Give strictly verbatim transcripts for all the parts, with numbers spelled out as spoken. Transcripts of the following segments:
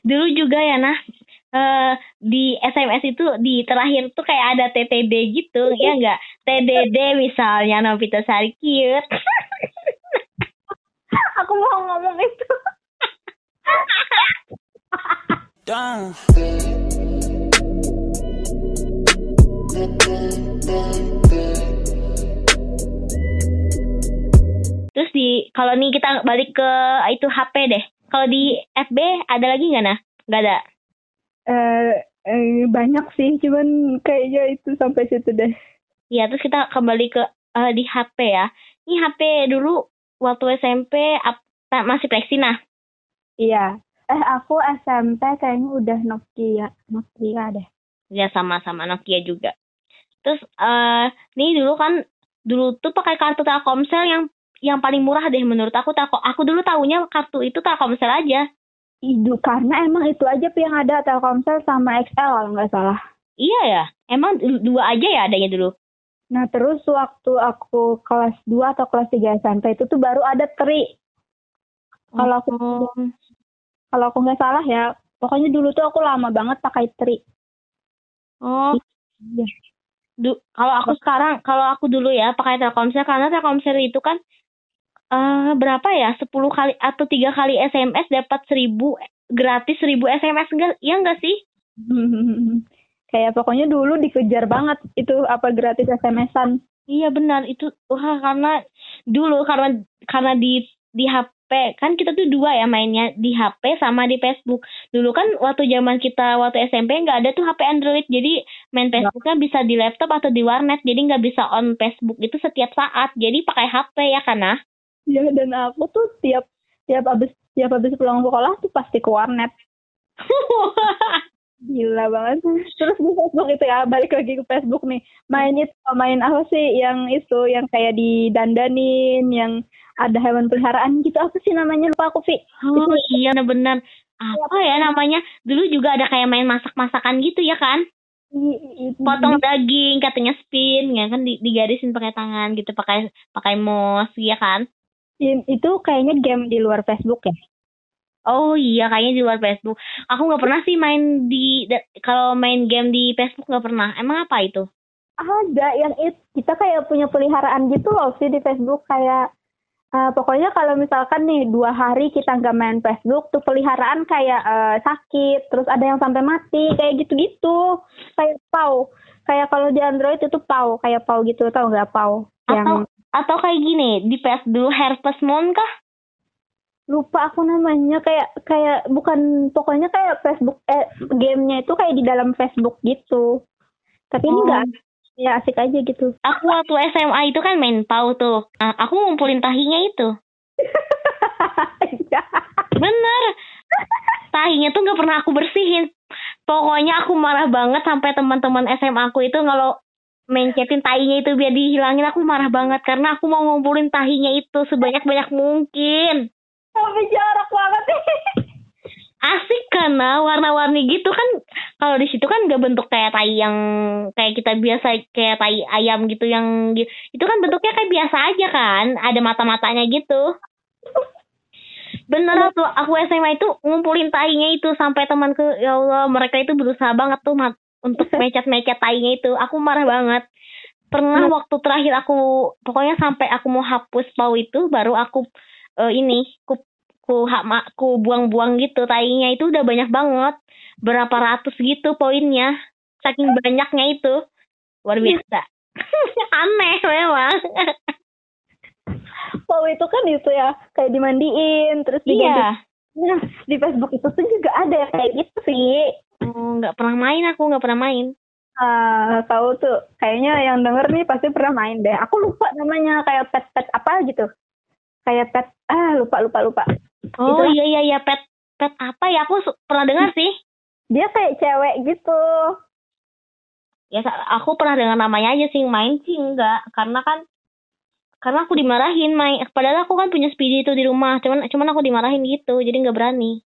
Dulu juga ya nah, eh di S M S itu di terakhir tuh kayak ada T T D gitu, ya enggak? T D D misalnya Novita Sari cute. Aku mau ngomong itu. Dang. Terus di kalau nih kita balik ke itu H P deh. Kalau di F B ada lagi nggak nah? Nggak ada. Eh, eh, banyak sih, cuman kayaknya itu sampai situ deh. Iya, terus kita kembali ke eh, di H P ya. Ini H P dulu waktu S M P ap- masih Plexi nah. Iya. Eh aku S M P kayaknya udah Nokia, Nokia deh. Ya sama-sama Nokia juga. Terus eh nih dulu kan dulu tuh pakai kartu Telkomsel yang yang paling murah deh menurut aku. Telkom, aku dulu tahunya kartu itu Telkomsel aja. Itu karena emang itu aja yang ada, Telkomsel sama X L kalau nggak salah. Iya ya, emang du- dua aja ya adanya dulu. Nah terus waktu aku kelas dua atau kelas tiga S M P itu tuh baru ada Tri. Kalau aku Oh, kalau aku nggak salah ya, pokoknya dulu tuh aku lama banget pakai Tri. oh, Iya. du- kalau aku sekarang, kalau aku dulu ya pakai Telkomsel karena Telkomsel itu kan eh berapa ya? Sepuluh kali atau tiga kali S M S dapat seribu gratis seribu S M S enggak? Iya enggak sih? Kayak pokoknya dulu dikejar banget itu apa gratis S M S-an. Iya benar itu wah karena dulu karena karena di di H P kan kita tuh dua ya mainnya di H P sama di Facebook. Dulu kan waktu zaman kita waktu S M P nggak ada tuh H P Android jadi main Facebooknya bisa di laptop atau di warnet jadi nggak bisa on Facebook itu setiap saat jadi pakai H P ya karena. Ya dan aku tuh tiap tiap abis tiap abis pulang sekolah tuh pasti ke warnet. Gila banget. Terus di Facebook itu ya, balik lagi ke Facebook nih. Main itu, main apa sih yang itu, yang kayak didandanin, yang ada hewan peliharaan gitu. Apa sih namanya? Lupa aku, Vi. Oh Itu iya benar. Apa ya namanya? Dulu juga ada kayak main masak-masakan gitu ya kan? i- i- Potong di- daging katanya spin ya kan di- digarisin pakai tangan gitu pakai pakai mouse ya kan? i- itu kayaknya game di luar Facebook ya. Oh iya kayaknya di luar Facebook. Aku nggak pernah sih main di da- kalau main game di Facebook nggak pernah. Emang apa itu? Ada yang itu, kita kayak punya peliharaan gitu loh sih di Facebook. Kayak eh, pokoknya kalau misalkan nih dua hari kita nggak main Facebook, tuh peliharaan kayak eh, sakit, terus ada yang sampai mati, kayak gitu-gitu. Kayak pau. Kayak kalau di Android itu pau, kayak pau gitu, tau nggak pau? Atau Yang atau kayak gini di P S dulu Harvest Moon kah? lupa aku namanya, kayak kayak bukan, pokoknya kayak Facebook eh gamenya itu kayak di dalam Facebook gitu. Tapi ini Oh. enggak, ya asik aja gitu. Aku waktu S M A itu kan main P A U tuh. Nah, aku ngumpulin tahinya itu. Bener. Tahinya tuh nggak pernah aku bersihin. Pokoknya aku marah banget sampai teman-teman S M A aku itu kalau mencetin tahinya itu biar dihilangin aku marah banget karena aku mau ngumpulin tahinya itu sebanyak-banyak mungkin. Tapi jarak banget nih. Asik karena warna-warni gitu kan kalau di situ kan nggak bentuk kayak tai yang kayak kita biasa kayak tai ayam gitu yang gi- itu kan bentuknya kayak biasa aja kan ada mata-matanya gitu. Bener tuh aku S M A itu ngumpulin tainya itu sampai temanku ya Allah mereka itu berusaha banget tuh mat- untuk mecet-mecet tainya itu aku marah banget. Pernah waktu terakhir aku pokoknya sampai aku mau hapus P A U itu baru aku eh, ini ku ku hak ma- ku buang-buang gitu tainya itu udah banyak banget berapa ratus gitu poinnya saking banyaknya itu luar biasa. Aneh memang. Pau itu kan itu ya, kayak dimandiin, terus diganti. Iya. Nah, di Facebook itu tuh juga ada yang kayak gitu sih. Oh, nggak pernah main aku nggak pernah main. Ah, tahu tuh, kayaknya yang denger nih pasti pernah main deh. Aku lupa namanya, kayak pet-pet apa gitu. Kayak pet, ah lupa lupa lupa. Oh Itulah. iya iya iya pet pet apa ya aku su- pernah dengar sih. Dia kayak cewek gitu. Ya sa- aku pernah dengar namanya aja sih main sih enggak karena kan karena aku dimarahin main padahal aku kan punya Speedy itu di rumah cuman cuman aku dimarahin gitu jadi nggak berani.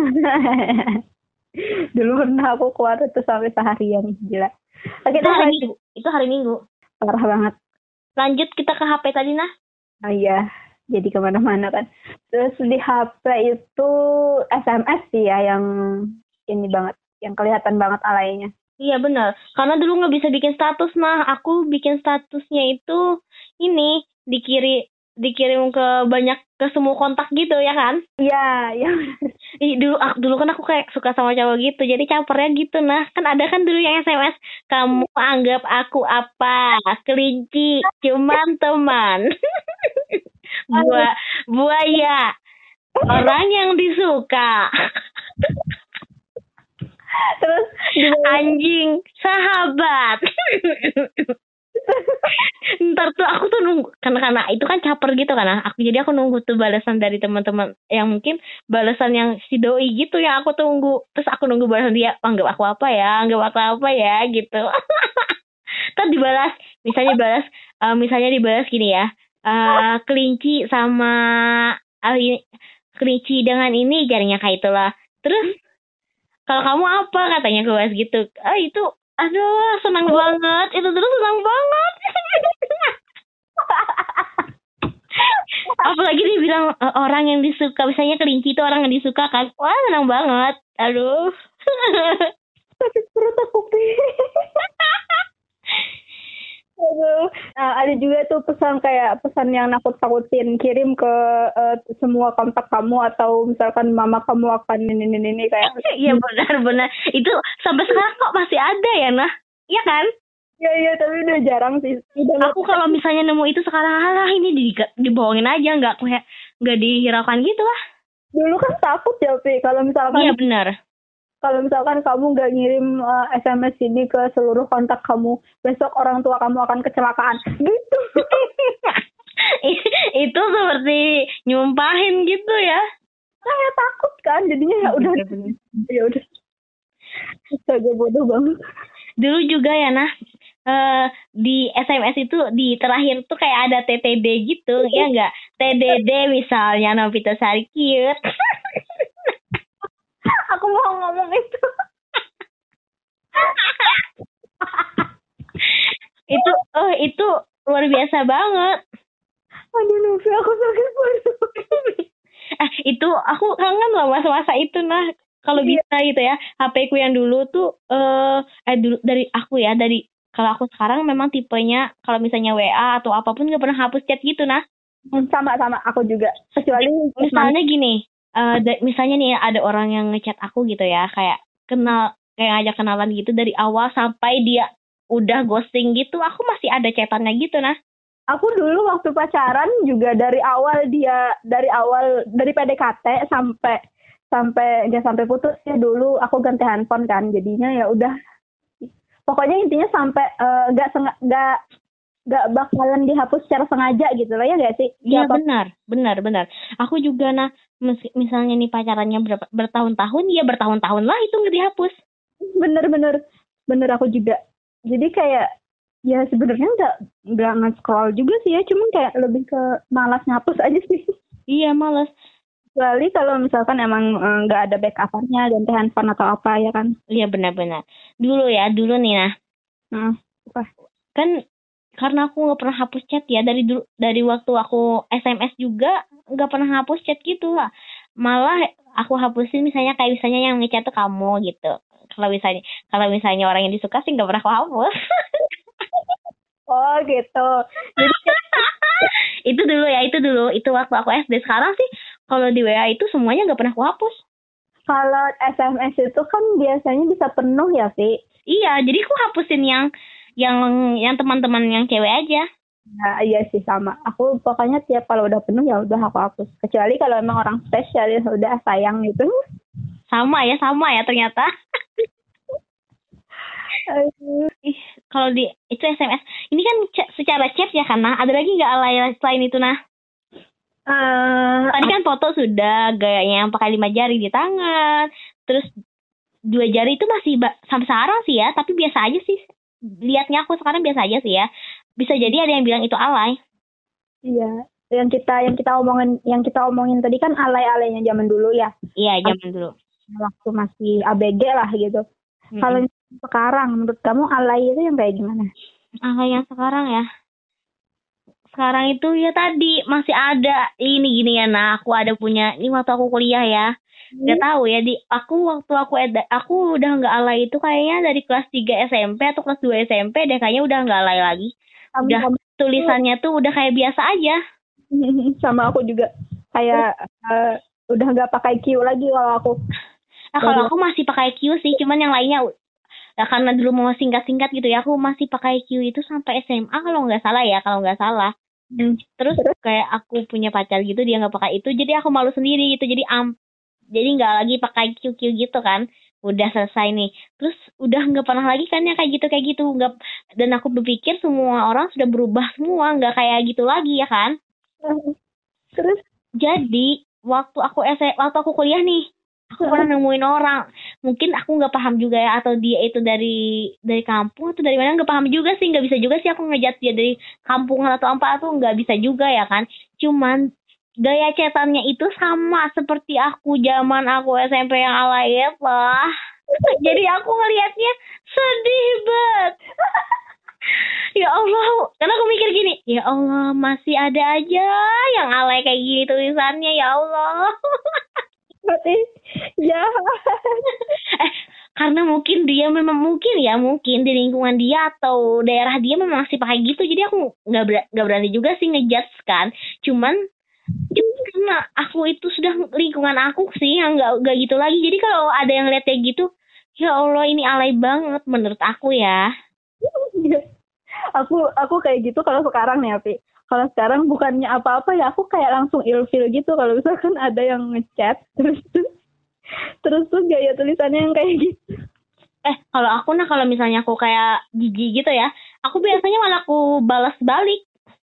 Dulu pernah aku keluar itu sampai seharian, gila. Oke, Itu hari Minggu. Itu hari Minggu. parah banget. Lanjut kita ke H P tadi nah. Oh iya. jadi kemana-mana kan. Terus di H P itu S M S sih ya yang ini banget, yang kelihatan banget alaynya. Iya benar, karena dulu nggak bisa bikin status. Nah, aku bikin statusnya itu ini dikiri dikirim ke banyak ke semua kontak gitu ya kan? Iya, iya. Ih, dulu aku dulu kan aku kayak suka sama cowok gitu, jadi capernya gitu. Nah, kan ada kan dulu yang S M S, kamu anggap aku apa? Kelinci, cuman teman. Bua buaya, orang yang disuka. Terus anjing, sahabat. Ntar tuh aku tuh nunggu, karena karena itu kan caper gitu kan, aku jadi aku nunggu tuh balasan dari teman-teman yang mungkin balasan yang si doi gitu yang aku tunggu. Terus aku nunggu balasan dia, anggap aku apa ya, anggap aku apa ya gitu. Terus dibalas, misalnya balas, uh, misalnya dibalas gini ya, uh, kelinci sama uh, kelinci dengan ini jarinya kayak itulah. Terus kalau kamu apa katanya gue gitu, ah itu aduh senang banget, itu terus senang banget. Apalagi dia bilang e, orang yang disuka, misalnya kelinci itu orang yang disuka kan, wah senang banget, aduh. Sakit perut aku. Aduh. Nah, ada juga tuh pesan kayak pesan yang nakut-nakutin, kirim ke uh, semua kontak kamu atau misalkan mama kamu akan ini ini ini kayak. Iya benar-benar itu sampai sekarang kok masih ada ya nah, iya kan? Iya iya tapi udah jarang sih. Udah aku kalau misalnya nemu itu sekarang, alah ini di, dibohongin aja, nggak kayak nggak dihiraukan gitu lah. Dulu kan takut ya Pi kalau misalkan. Iya benar. Kalau misalkan kamu nggak ngirim uh, S M S ini ke seluruh kontak kamu, besok orang tua kamu akan kecelakaan. Gitu. Itu seperti nyumpahin gitu ya. Saya takut kan, jadinya ya udah. Ya udah. Astaga bodoh banget. Dulu juga ya nah, uh, di S M S itu di terakhir tuh kayak ada T T D gitu, ya nggak? T D D misalnya Novita Sari cute. Aku mau ngomong itu. itu oh itu luar biasa banget. Aduh Novi, aku sakit banget. eh itu aku kangen loh masa-masa itu nah. Kalau Iya. bisa gitu ya, H P ku yang dulu tuh eh, eh dulu dari aku ya, dari kalau aku sekarang memang tipenya kalau misalnya W A atau apapun nggak pernah hapus chat gitu nah. Sama-sama aku juga. Kecuali misalnya gini, uh, da- misalnya nih ada orang yang ngechat aku gitu ya, kayak kenal, kayak ngajak kenalan gitu dari awal sampai dia udah ghosting gitu, aku masih ada chatannya gitu nah. Aku dulu waktu pacaran juga dari awal dia dari awal dari P D K T sampai sampai nggak sampai putus ya, dulu aku ganti handphone kan, jadinya ya udah pokoknya intinya sampai nggak uh, nggak nggak bakalan dihapus secara sengaja gitu loh ya nggak sih? Iya benar benar benar. Aku juga nah mis- misalnya nih pacarannya berapa bertahun-tahun, ya bertahun-tahun lah itu nggak dihapus. Bener-bener bener aku juga. Jadi kayak ya sebenarnya nggak nggak nge-scroll juga sih ya, cuman kayak lebih ke malas ngapus aja sih. Iya malas. Kecuali kalau misalkan emang nggak uh, ada backup-nya, ganti handphone atau apa ya kan? Iya benar-benar. Dulu ya dulu nih nah. Hmm, apa? Kan karena aku nggak pernah hapus chat ya, dari dulu, dari waktu aku S M S juga nggak pernah hapus chat gitu lah. Malah aku hapusin misalnya kayak misalnya yang ngechat tuh kamu gitu. Kalau misalnya kalau misalnya orang yang disuka sih nggak pernah aku hapus. Oh gitu. Jadi itu dulu ya, itu dulu itu waktu aku S D. Sekarang sih kalau di W A itu semuanya nggak pernah aku hapus. Kalau S M S itu kan biasanya bisa penuh ya sih. Iya, jadi aku hapusin yang yang yang teman-teman yang cewek aja. Nah, iya sih sama. Aku pokoknya tiap kalau udah penuh ya udah aku hapus. Kecuali kalau emang orang spesial ya udah sayang gitu. Sama ya, sama ya ternyata. Ih, kalau di itu S M S, ini kan c- secara chat ya kan, nah ada lagi nggak alay selain itu nah? Uh, Tadi kan foto sudah, gayanya yang pakai lima jari di tangan, terus dua jari itu masih ba- sampai sekarang sih ya, tapi biasa aja sih. Lihatnya aku sekarang biasa aja sih ya. Bisa jadi ada yang bilang itu alay. Iya, yang kita yang kita omongin yang kita omongin tadi kan alay-alaynya zaman dulu ya. Iya, zaman dulu. Waktu masih A B G lah gitu. Mm-hmm. Kalau sekarang menurut kamu alay itu yang kayak gimana? Alay yang sekarang ya. sekarang itu ya tadi masih ada ini gini ya. Nah, aku ada punya ini waktu aku kuliah ya. Gak tahu ya di aku waktu aku eda, aku udah nggak alay itu kayaknya dari kelas tiga S M P atau kelas dua S M P deh, kayaknya udah nggak alay lagi. Udah Sama, tulisannya tuh udah kayak biasa aja. sama aku juga kayak uh, udah nggak pakai Q lagi kalau aku. Nah, kalau aku masih pakai Q sih, cuman yang lainnya ya karena dulu mau singkat-singkat gitu ya, aku masih pakai Q itu sampai S M A kalau nggak salah ya, kalau nggak salah. Hmm. Terus kayak aku punya pacar gitu, dia nggak pakai itu, jadi aku malu sendiri gitu, jadi am jadi nggak lagi pakai Q Q gitu kan, udah selesai nih. Terus udah nggak pernah lagi kan ya kayak gitu kayak gitu nggak, dan aku berpikir semua orang sudah berubah semua, nggak kayak gitu lagi ya kan. Terus jadi waktu aku S waktu aku kuliah nih, aku pernah nemuin orang, mungkin aku nggak paham juga ya, atau dia itu dari dari kampung atau dari mana, nggak paham juga sih, nggak bisa juga sih aku ngejat dia dari kampung atau apa, atau nggak bisa juga ya kan. Cuman gaya cetannya itu sama seperti aku zaman aku S M P yang alay lah. Jadi aku ngelihatnya sedih banget. Ya Allah, karena aku mikir gini, ya Allah masih ada aja yang alay kayak gini tulisannya, ya Allah. Berarti ya. eh karena mungkin dia memang mungkin ya mungkin di lingkungan dia atau daerah dia memang masih pakai gitu, jadi aku nggak ber nggak berani juga sih ngejudge kan. Cuman Cuman karena aku itu sudah lingkungan aku sih yang nggak nggak gitu lagi. Jadi kalau ada yang lihat kayak gitu, ya Allah ini alay banget menurut aku ya. aku aku kayak gitu kalau sekarang nih Api. Kalau sekarang bukannya apa-apa ya, aku kayak langsung ilfil gitu kalau misalkan ada yang ngechat terus terus tuh gaya tulisannya yang kayak gitu. Eh kalau aku nah kalau misalnya aku kayak jijik gitu ya, aku biasanya malah aku balas balik.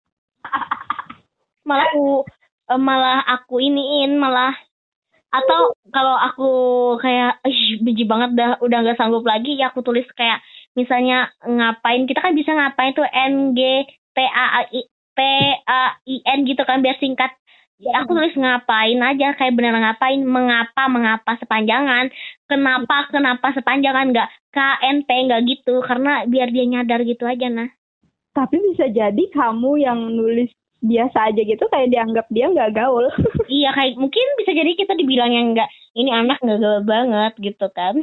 malah aku Uh, malah aku iniin malah, atau kalau aku kayak ih benci banget dah udah nggak sanggup lagi ya, aku tulis kayak misalnya ngapain, kita kan bisa ngapain tuh N G P A I P A I N gitu kan biar singkat ya, aku tulis ngapain aja kayak bener ngapain, mengapa mengapa sepanjangan, kenapa kenapa sepanjangan, nggak K N P nggak gitu, karena biar dia nyadar gitu aja. Nah tapi bisa jadi kamu yang nulis biasa aja gitu kayak dianggap dia nggak gaul. Iya kayak mungkin bisa jadi kita dibilang yang nggak, ini anak nggak gaul banget gitu kan.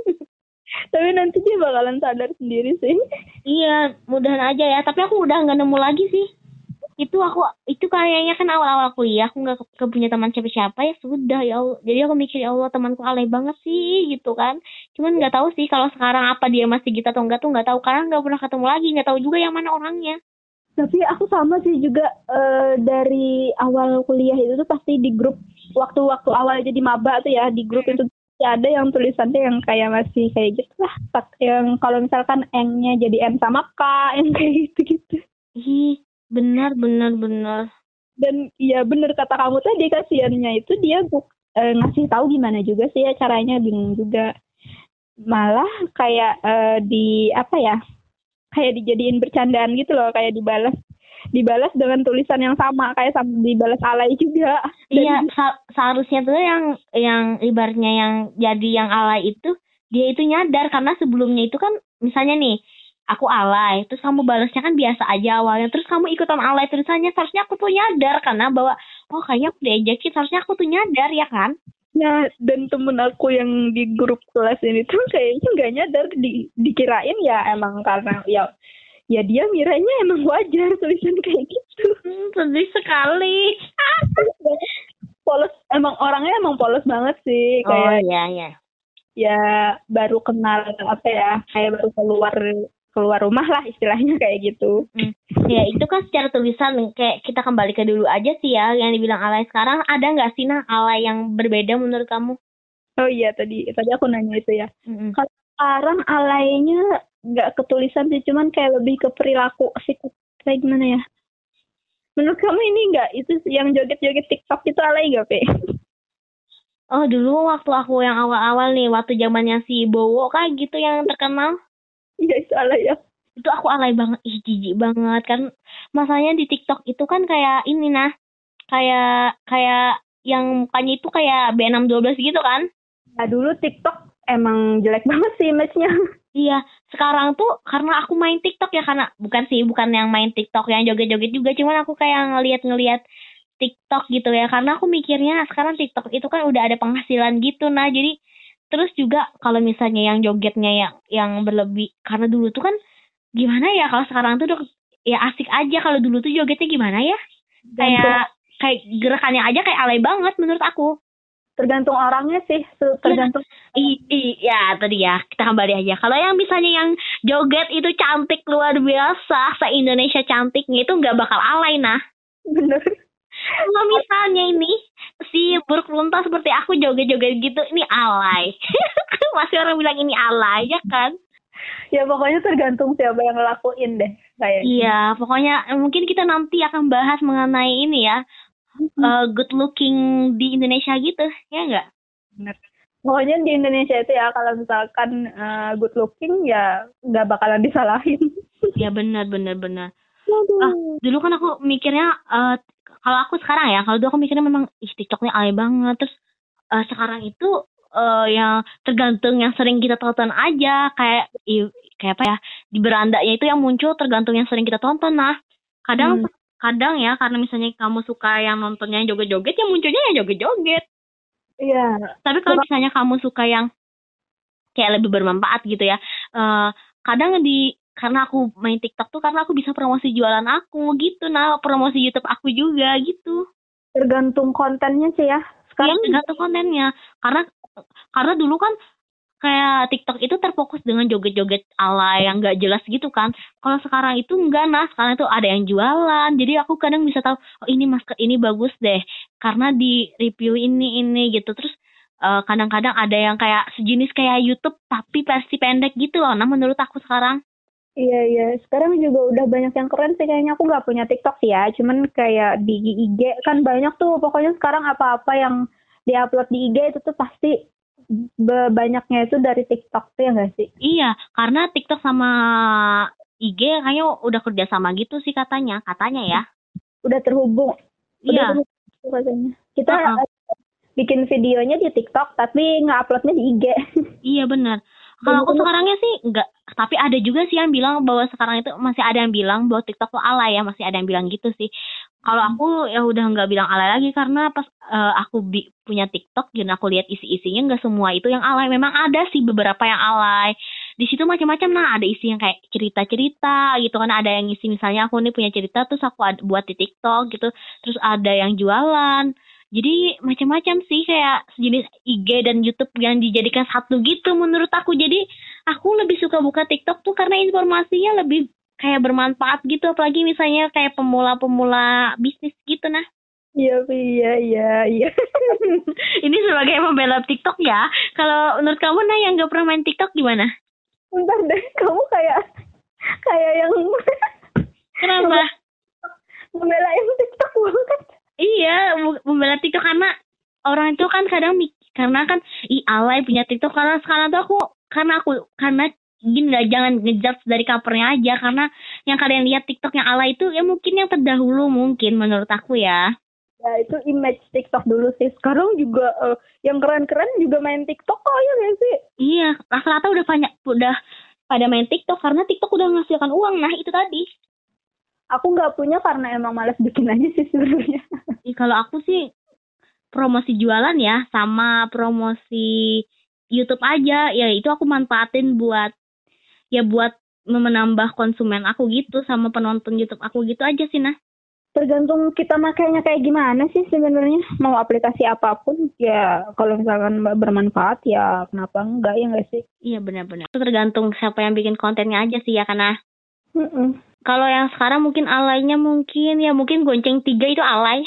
Tapi nanti dia bakalan sadar sendiri sih. Iya mudahan aja ya, tapi aku udah nggak nemu lagi sih. Itu aku itu kayaknya kan awal-awal kuliah aku nggak ke, punya teman siapa-siapa ya sudah ya Allah. Jadi aku mikir ya Allah temanku alay banget sih gitu kan. Cuman nggak tahu sih kalau sekarang apa dia masih gitu atau enggak tuh nggak tahu, karena nggak pernah ketemu lagi, nggak tahu juga yang mana orangnya. Tapi aku sama sih juga uh, dari awal kuliah itu tuh pasti di grup, waktu-waktu awal jadi maba tuh ya, di grup itu ada yang tulisannya yang kayak masih kayak gitu lah, yang kalau misalkan N-nya jadi M sama K, yang kayak gitu-gitu. Ih benar benar benar. Dan ya benar kata kamu tadi, kasihannya itu dia uh, ngasih tahu gimana juga sih ya caranya, bingung juga. Malah kayak uh, di apa ya, kayak dijadiin bercandaan gitu loh, kayak dibalas dibalas dengan tulisan yang sama, kayak sama dibalas alay juga. Iya, sa- seharusnya tuh yang yang ibaratnya yang jadi yang alay itu dia itu nyadar, karena sebelumnya itu kan misalnya nih aku alay terus kamu balasnya kan biasa aja awalnya, terus kamu ikutan alay tulisannya, seharusnya aku tuh nyadar karena bahwa oh kayaknya aku diajakin, seharusnya aku tuh nyadar ya kan. Nah, dan temen aku yang di grup kelas ini tuh kayaknya nggak nyadar, di, dikirain ya emang karena ya ya dia miranya emang wajar tulisan kayak gitu. Hmm, sedih sekali. Polos, emang orangnya emang polos banget sih, kayak oh iya iya ya baru kenal apa ya, kayak baru keluar keluar rumah lah istilahnya kayak gitu. Hmm. Ya itu kan secara tulisan, kayak kita kembali ke dulu aja sih ya yang dibilang alay. Sekarang ada nggak sih nah alay yang berbeda menurut kamu? Oh iya, tadi tadi aku nanya itu ya. Mm-hmm. Kalau sekarang alaynya nggak ketulisan sih, cuman kayak lebih ke perilaku sih, kayak gimana ya? Menurut kamu ini nggak, itu yang joget-joget TikTok itu alay nggak, Pe? Oh dulu waktu aku yang awal-awal nih, waktu zamannya si Bowo kayak gitu yang terkenal. Iya itu alay ya. Itu aku alay banget, ih jijik banget kan. Masanya di TikTok itu kan kayak ini nah, kayak kayak yang mukanya itu kayak B enam dua belas gitu kan. Nah dulu TikTok emang jelek banget sih image-nya. Iya, sekarang tuh karena aku main TikTok ya, karena bukan sih, bukan yang main TikTok yang joget-joget juga, cuman aku kayak ngeliat-ngeliat TikTok gitu ya, karena aku mikirnya sekarang TikTok itu kan udah ada penghasilan gitu, nah jadi terus juga kalau misalnya yang jogetnya yang yang berlebih, karena dulu tuh kan gimana ya, kalau sekarang tuh udah ya asik aja, kalau dulu tuh jogetnya gimana ya, Gantung kayak kayak gerakannya aja kayak alay banget menurut aku. tergantung orangnya sih, se- Iya, tergantung. i, i, ya tadi ya kita kembali aja. Kalau yang misalnya yang joget itu cantik luar biasa, se Indonesia cantiknya itu nggak bakal alay nah. Bener. Kalau misalnya ini si buruk runtah seperti aku joget-joget gitu, ini alay. Masih orang bilang ini alay ya kan? Ya pokoknya tergantung siapa yang ngelakuin deh kayaknya. Iya, pokoknya eh, mungkin kita nanti akan bahas mengenai ini ya, eh, good looking di Indonesia gitu, ya nggak? Bener. Pokoknya di Indonesia itu ya kalau misalkan eh, good looking ya nggak bakalan disalahin. Ya benar benar benar. Aduh. Ah, dulu kan aku mikirnya eh kalau aku sekarang ya, kalau dulu aku mikirnya memang ih TikToknya alay banget. Terus eh, sekarang itu eh yang tergantung yang sering kita tonton aja, kayak i- kayak apa ya, di berandanya itu yang muncul tergantung yang sering kita tonton. Nah, kadang Hmm. kadang ya karena misalnya kamu suka yang nontonnya yang joget-joget, ya munculnya yang joget-joget. Iya. Tapi kalau misalnya kamu suka yang kayak lebih bermanfaat gitu ya, eh kadang di karena aku main TikTok tuh karena aku bisa promosi jualan aku gitu, nah promosi YouTube aku juga gitu. Tergantung kontennya sih ya. Iya, Sekarang tergantung kontennya. Karena karena dulu kan kayak TikTok itu terfokus dengan joget-joget ala yang nggak jelas gitu kan. Kalau sekarang itu enggak, nah sekarang itu ada yang jualan. Jadi aku kadang bisa tahu, oh ini masker ini bagus deh karena di review ini ini gitu. Terus eh, kadang-kadang ada yang kayak sejenis kayak YouTube tapi versi pendek gitu loh. Nah menurut aku sekarang, iya iya. Sekarang juga udah banyak yang keren sih kayaknya. Aku nggak punya TikTok sih ya. Cuman kayak di I G kan banyak tuh. Pokoknya sekarang apa-apa yang diupload di I G itu tuh pasti be- banyaknya itu dari TikTok tuh ya nggak sih? iya karena TikTok sama I G kayaknya udah kerjasama gitu sih katanya, katanya ya. Udah terhubung. Udah Iya. terhubung katanya. Kita Uh-uh. eh, bikin videonya di TikTok tapi nge-uploadnya di I G. Iya benar. Kalau aku sekarangnya sih enggak, tapi ada juga sih yang bilang bahwa sekarang itu masih ada yang bilang bahwa TikTok tuh alay ya, masih ada yang bilang gitu sih. Kalau aku ya udah nggak bilang alay lagi karena pas eh, aku bi- punya TikTok dan aku lihat isi-isinya nggak semua itu yang alay. Memang ada sih beberapa yang alay. Di situ macam-macam, nah ada isi yang kayak cerita-cerita gitu kan, ada yang isi misalnya aku nih punya cerita terus aku ad- buat di TikTok gitu. Terus ada yang jualan. Jadi macam-macam sih kayak sejenis I G dan YouTube yang dijadikan satu gitu menurut aku. Jadi aku lebih suka buka TikTok tuh karena informasinya lebih kayak bermanfaat gitu. Apalagi misalnya kayak pemula-pemula bisnis gitu nah. Iya iya iya iya. Ini sebagai pembela TikTok ya. Kalau menurut kamu nah yang gak pernah main TikTok gimana? Bentar deh, kamu kayak kayak yang Kenapa? membelain TikTok banget. Iya, bu- membela TikTok karena orang itu kan kadang mik- karena kan i alay punya TikTok, karena sekarang tuh aku karena aku karena gini lah, jangan ngejudge dari covernya aja, karena yang kalian lihat TikTok yang alay itu ya mungkin yang terdahulu mungkin menurut aku ya. Ya itu image TikTok dulu sih. Sekarang juga eh, yang keren-keren juga main TikTok kok ya nggak sih? Iya, rata-rata udah banyak udah pada main TikTok karena TikTok udah menghasilkan uang. Nah, itu tadi. Aku nggak punya karena emang malas bikin aja sih sebenarnya. Ih, kalau aku sih promosi jualan ya sama promosi YouTube aja. Ya itu aku manfaatin buat ya buat menambah konsumen aku gitu sama penonton YouTube aku gitu aja sih nah. Tergantung kita makainya kayak gimana sih sebenarnya. Mau aplikasi apapun ya kalau misalkan bermanfaat ya kenapa enggak ya nggak sih? Iya benar-benar. Itu tergantung siapa yang bikin kontennya aja sih ya, karena Mm-mm. kalau yang sekarang mungkin alaynya mungkin ya mungkin gonceng tiga itu alay.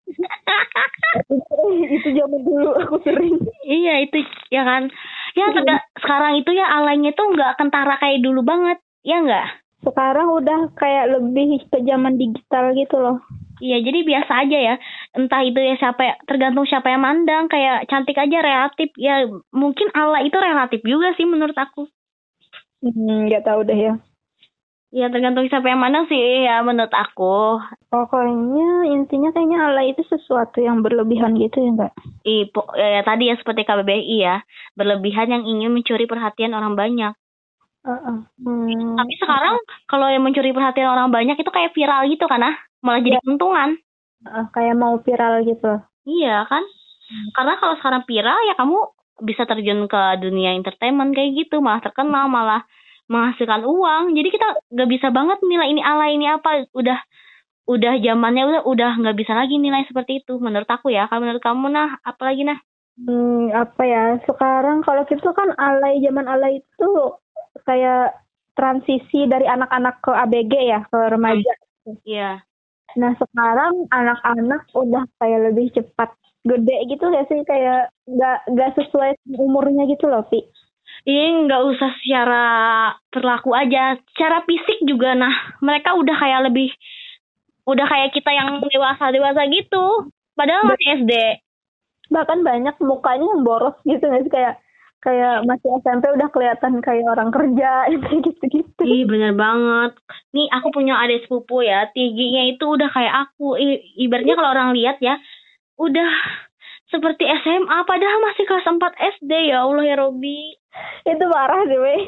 Itu zaman dulu aku sering. Iya itu ya kan. Ya terga- sekarang itu ya alaynya tuh nggak kentara kayak dulu banget. Ya nggak? Sekarang udah kayak lebih ke zaman digital gitu loh. Iya jadi biasa aja ya. Entah itu ya siapa, tergantung siapa yang mandang. Kayak cantik aja relatif. Ya mungkin alay itu relatif juga sih menurut aku. Hmm, nggak tahu deh ya. Ya tergantung siapa yang mandang sih ya menurut aku. Pokoknya intinya kayaknya alay itu sesuatu yang berlebihan gitu ya nggak? I, po- ya, ya, tadi ya seperti K B B I ya, berlebihan yang ingin mencuri perhatian orang banyak. Uh-uh. Hmm. Tapi sekarang kalau yang mencuri perhatian orang banyak itu kayak viral gitu kan, ah? Malah jadi Ya. keuntungan. Uh, kayak mau viral gitu. Iya kan? Karena kalau sekarang viral ya kamu bisa terjun ke dunia entertainment kayak gitu, malah terkenal, malah menghasilkan uang. Jadi kita nggak bisa banget nilai ini alay ini apa. Udah udah zamannya udah udah nggak bisa lagi nilai seperti itu menurut aku ya. Kalau menurut kamu nah, apalagi nah? Hmm, apa ya? Sekarang kalau kita kan alay, zaman alay itu kayak transisi dari anak-anak ke A B G ya, ke remaja. Iya. Nah sekarang anak-anak udah kayak lebih cepat gede gitu ya sih, kayak nggak nggak sesuai umurnya gitu loh, Pi. Ini nggak usah secara perilaku aja, secara fisik juga. Nah, mereka udah kayak lebih, udah kayak kita yang dewasa dewasa gitu. Padahal masih S D. Bahkan banyak mukanya yang boros gitu nggak sih, kayak kayak masih S M P udah kelihatan kayak orang kerja gitu-gitu. Ih bener banget. Nih aku punya adik sepupu ya, tingginya itu udah kayak aku. I- ibaratnya kalau orang lihat ya, udah seperti S M A padahal masih kelas empat S D. Ya Allah ya Robi. Itu parah deh, weh.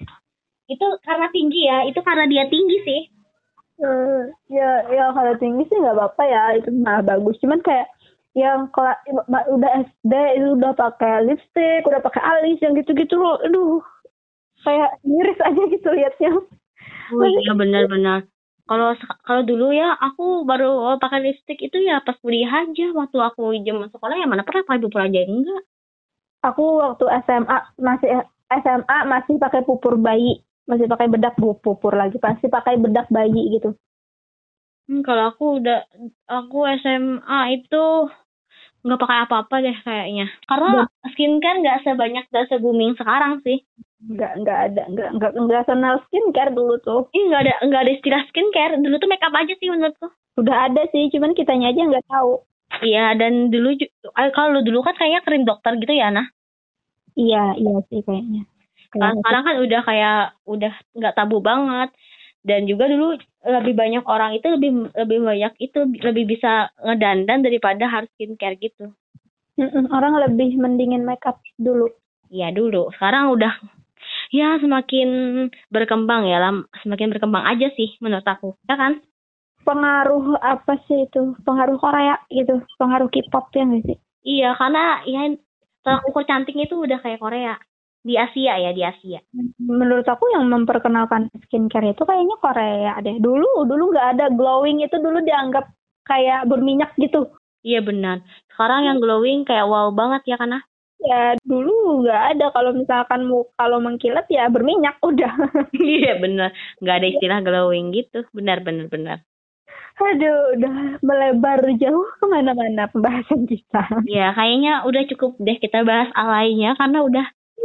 Itu karena tinggi ya, itu karena dia tinggi sih. Hmm, ya ya kalau tinggi sih nggak apa-apa ya, itu malah bagus. Cuman kayak yang kalau udah S D itu udah pakai lipstick, udah pakai alis yang gitu-gitu loh. Aduh, kayak miris aja gitu liatnya. Oh iya benar-benar. Kalau sek- kalau dulu ya aku baru pakai lipstick itu ya pas kuliah aja. Waktu aku zaman sekolah ya mana pernah pakai pupur aja enggak. Aku waktu S M A masih S M A masih pakai pupur bayi, masih pakai bedak bu pupur lagi, pasti pakai bedak bayi gitu. Hmm, kalau aku udah aku S M A itu nggak pakai apa-apa deh kayaknya. Karena skincare nggak sebanyak dan se-booming sekarang sih. Nggak nggak ada nggak nggak nggak kenal skincare dulu tuh. Ih nggak ada nggak ada istilah skincare. Dulu tuh make up aja sih menurutku. Udah ada sih, cuman kitanya aja nggak tahu. Iya dan dulu ju- eh, kalau dulu kan kayaknya krim dokter gitu ya nah. Iya iya sih kayaknya. Sekarang, sekarang kan udah kayak udah nggak tabu banget. Dan juga dulu lebih banyak orang itu lebih lebih banyak itu lebih bisa ngedandan daripada harus skincare gitu. Mm-mm, orang lebih mendingin makeup dulu. Iya dulu. Sekarang udah ya semakin berkembang ya, lam, semakin berkembang aja sih menurut aku. Ya kan? Pengaruh apa sih itu? Pengaruh Korea gitu, pengaruh K-pop ya nggak sih? Iya karena ya tolak ukur cantiknya itu udah kayak Korea. Di Asia ya, di Asia. Menurut aku yang memperkenalkan skincare itu kayaknya Korea deh. Dulu dulu nggak ada glowing, itu dulu dianggap kayak berminyak gitu. Iya benar. Sekarang yang glowing kayak wow banget ya karena. Ya dulu nggak ada, kalau misalkan mau kalau mengkilat ya berminyak udah. Iya benar. Nggak ada istilah glowing gitu. Benar benar benar. Aduh, udah melebar jauh kemana-mana pembahasan kita. Ya kayaknya udah cukup deh kita bahas alaynya karena udah.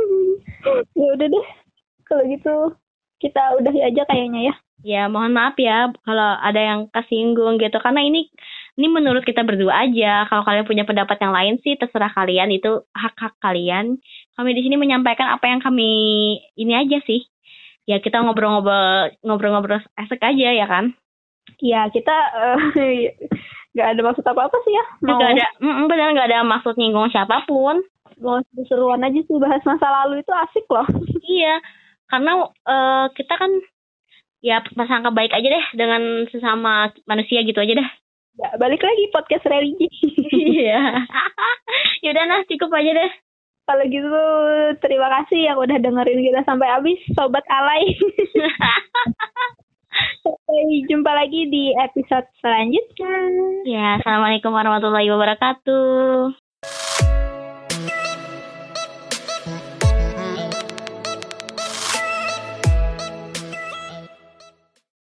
Ya udah deh, kalau gitu kita udahi aja kayaknya ya. Ya mohon maaf ya kalau ada yang kesinggung gitu karena ini ini menurut kita berdua aja. Kalau kalian punya pendapat yang lain sih terserah kalian, itu hak-hak kalian. Kami di sini menyampaikan apa yang kami ini aja sih. Ya kita ngobrol-ngobrol ngobrol-ngobrol asik aja ya kan. Ya kita nggak uh, ada maksud apa-apa sih ya. Mau... Gak ada, mm, benar nggak ada maksud nyinggung siapapun. Mau seruan aja sih, bahas masa lalu itu asik loh. Iya, karena uh, kita kan ya prasangka baik aja deh dengan sesama manusia gitu aja dah. Ya, balik lagi podcast religi. Iya. Yaudah nah cukup aja deh. Kalau gitu terima kasih yang udah dengerin kita sampai habis, sobat alay. Sampai jumpa lagi di episode selanjutnya. Ya, assalamualaikum warahmatullahi wabarakatuh.